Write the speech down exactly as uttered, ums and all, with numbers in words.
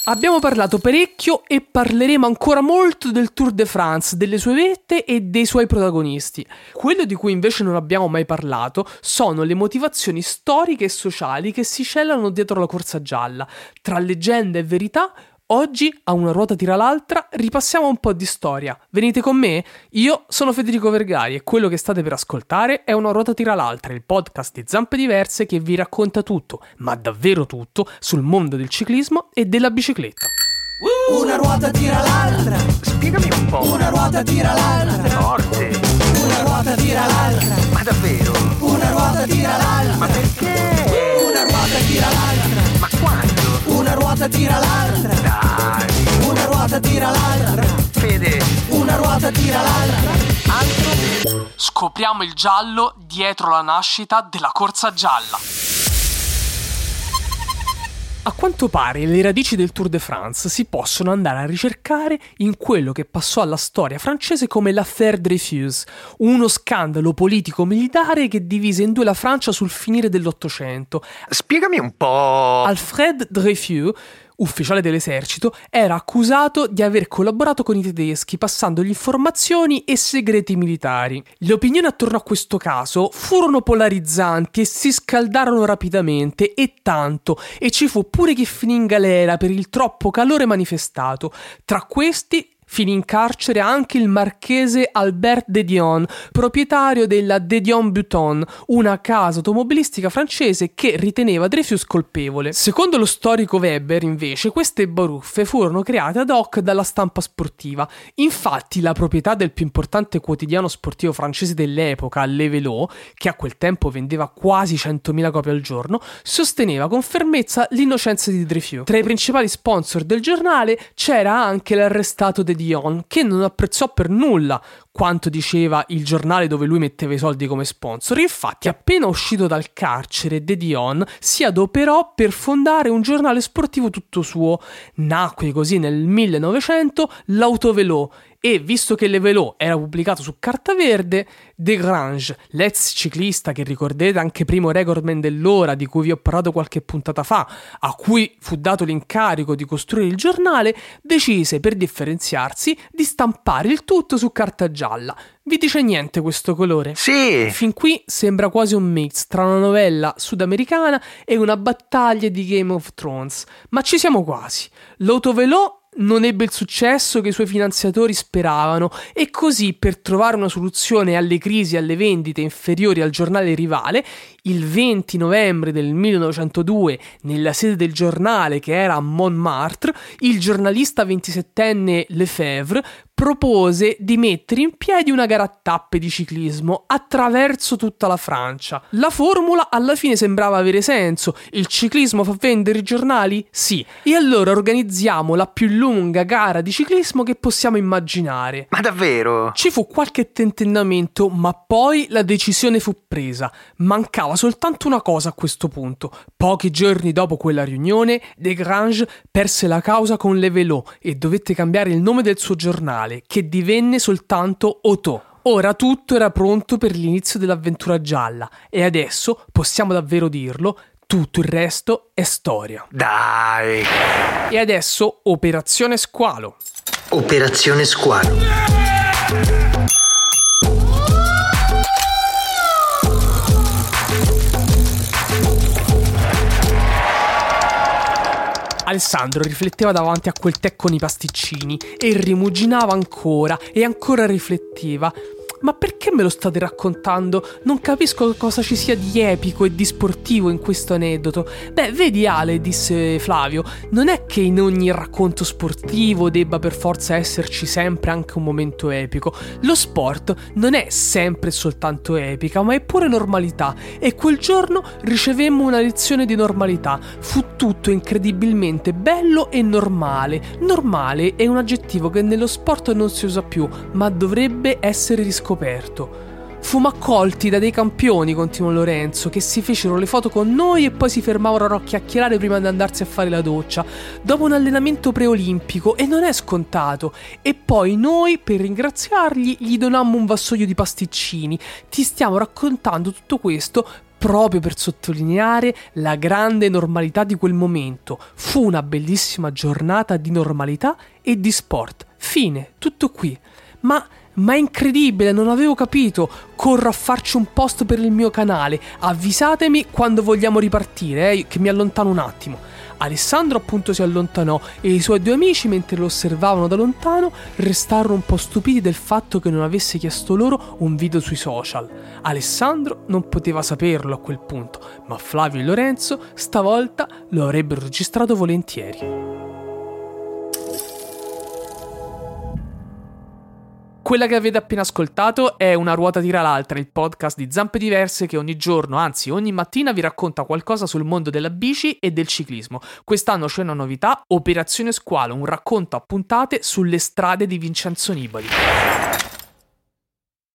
Abbiamo parlato parecchio e parleremo ancora molto del Tour de France, delle sue vette e dei suoi protagonisti. Quello di cui invece non abbiamo mai parlato sono le motivazioni storiche e sociali che si celano dietro la corsa gialla. Tra leggenda e verità, oggi a Una ruota tira l'altra ripassiamo un po' di storia. Venite con me? Io sono Federico Vergari e quello che state per ascoltare è Una ruota tira l'altra, il podcast di Zampe Diverse che vi racconta tutto, ma davvero tutto, sul mondo del ciclismo e della bicicletta. Una ruota tira l'altra. Spiegami un po'. Una ruota tira l'altra. Forte. Una ruota tira l'altra. Ma davvero? Una ruota tira l'altra. Ma perché? Una ruota tira l'altra. Ma quando? Una ruota tira l'altra. Dai. Una ruota tira l'altra. Fede. Una ruota tira l'altra. Altro? Scopriamo il giallo dietro la nascita della corsa gialla. A quanto pare le radici del Tour de France si possono andare a ricercare in quello che passò alla storia francese come l'Affaire Dreyfus, uno scandalo politico-militare che divise in due la Francia sul finire dell'Ottocento. Spiegami un po'. Alfred Dreyfus, ufficiale dell'esercito, era accusato di aver collaborato con i tedeschi passandogli informazioni e segreti militari. Le opinioni attorno a questo caso furono polarizzanti e si scaldarono rapidamente, e tanto, e ci fu pure chi finì in galera per il troppo calore manifestato. Tra questi finì in carcere anche il marchese Albert de Dion, proprietario della De Dion Bouton, una casa automobilistica francese che riteneva Dreyfus colpevole. Secondo lo storico Weber, invece, queste baruffe furono create ad hoc dalla stampa sportiva. Infatti, la proprietà del più importante quotidiano sportivo francese dell'epoca, Le Vélo, che a quel tempo vendeva quasi centomila copie al giorno, sosteneva con fermezza l'innocenza di Dreyfus. Tra i principali sponsor del giornale c'era anche l'arrestato De Dion, che non apprezzò per nulla quanto diceva il giornale dove lui metteva i soldi come sponsor. Infatti, appena uscito dal carcere, De Dion si adoperò per fondare un giornale sportivo tutto suo. Nacque così nel millenovecento l'Autovelo, e visto che Le Vélo era pubblicato su carta verde, Desgranges, l'ex ciclista che ricorderete anche primo recordman dell'ora di cui vi ho parlato qualche puntata fa, a cui fu dato l'incarico di costruire il giornale, decise per differenziarsi di stampare il tutto su carta gialla. Vi dice niente questo colore? Sì. Fin qui sembra quasi un mix tra una novella sudamericana e una battaglia di Game of Thrones, ma ci siamo quasi. L'Autovelo non ebbe il successo che i suoi finanziatori speravano, e così, per trovare una soluzione alle crisi e alle vendite inferiori al giornale rivale, il venti novembre del millenovecentodue, nella sede del giornale che era a Montmartre, il giornalista ventisettenne Lefebvre propose di mettere in piedi una gara a tappe di ciclismo attraverso tutta la Francia. La formula alla fine sembrava avere senso. Il ciclismo fa vendere i giornali? Sì. E allora organizziamo la più lunga gara di ciclismo che possiamo immaginare. Ma davvero? Ci fu qualche tentennamento, ma poi la decisione fu presa. Mancava soltanto una cosa a questo punto. Pochi giorni dopo quella riunione, Desgranges perse la causa con Le Vélo e dovette cambiare il nome del suo giornale, che divenne soltanto Auto. Ora tutto era pronto per l'inizio dell'avventura gialla, e adesso, possiamo davvero dirlo, tutto il resto è storia. Dai. E adesso Operazione Squalo. Operazione Squalo. Alessandro rifletteva davanti a quel tè con i pasticcini e rimuginava ancora e ancora rifletteva. Ma perché me lo state raccontando? Non capisco cosa ci sia di epico e di sportivo in questo aneddoto. Beh, vedi Ale, disse Flavio, non è che in ogni racconto sportivo debba per forza esserci sempre anche un momento epico. Lo sport non è sempre soltanto epica, ma è pure normalità, e quel giorno ricevemmo una lezione di normalità. Fu tutto incredibilmente bello e normale. Normale è un aggettivo che nello sport non si usa più, ma dovrebbe essere riscoperto. Fummo accolti da dei campioni, continuò Lorenzo, che si fecero le foto con noi e poi si fermavano a chiacchierare prima di andarsi a fare la doccia, dopo un allenamento preolimpico, e non è scontato. E poi noi, per ringraziarli, gli donammo un vassoio di pasticcini. Ti stiamo raccontando tutto questo proprio per sottolineare la grande normalità di quel momento. Fu una bellissima giornata di normalità e di sport. Fine, tutto qui. Ma, ma è incredibile, non avevo capito. Corro a farci un post per il mio canale. Avvisatemi quando vogliamo ripartire, eh, che mi allontano un attimo. Alessandro appunto si allontanò e i suoi due amici, mentre lo osservavano da lontano, restarono un po' stupiti del fatto che non avesse chiesto loro un video sui social. Alessandro non poteva saperlo a quel punto, ma Flavio e Lorenzo stavolta lo avrebbero registrato volentieri. Quella che avete appena ascoltato è Una ruota tira l'altra, il podcast di Zampe Diverse che ogni giorno, anzi ogni mattina vi racconta qualcosa sul mondo della bici e del ciclismo. Quest'anno c'è una novità, Operazione Squalo, un racconto a puntate sulle strade di Vincenzo Nibali.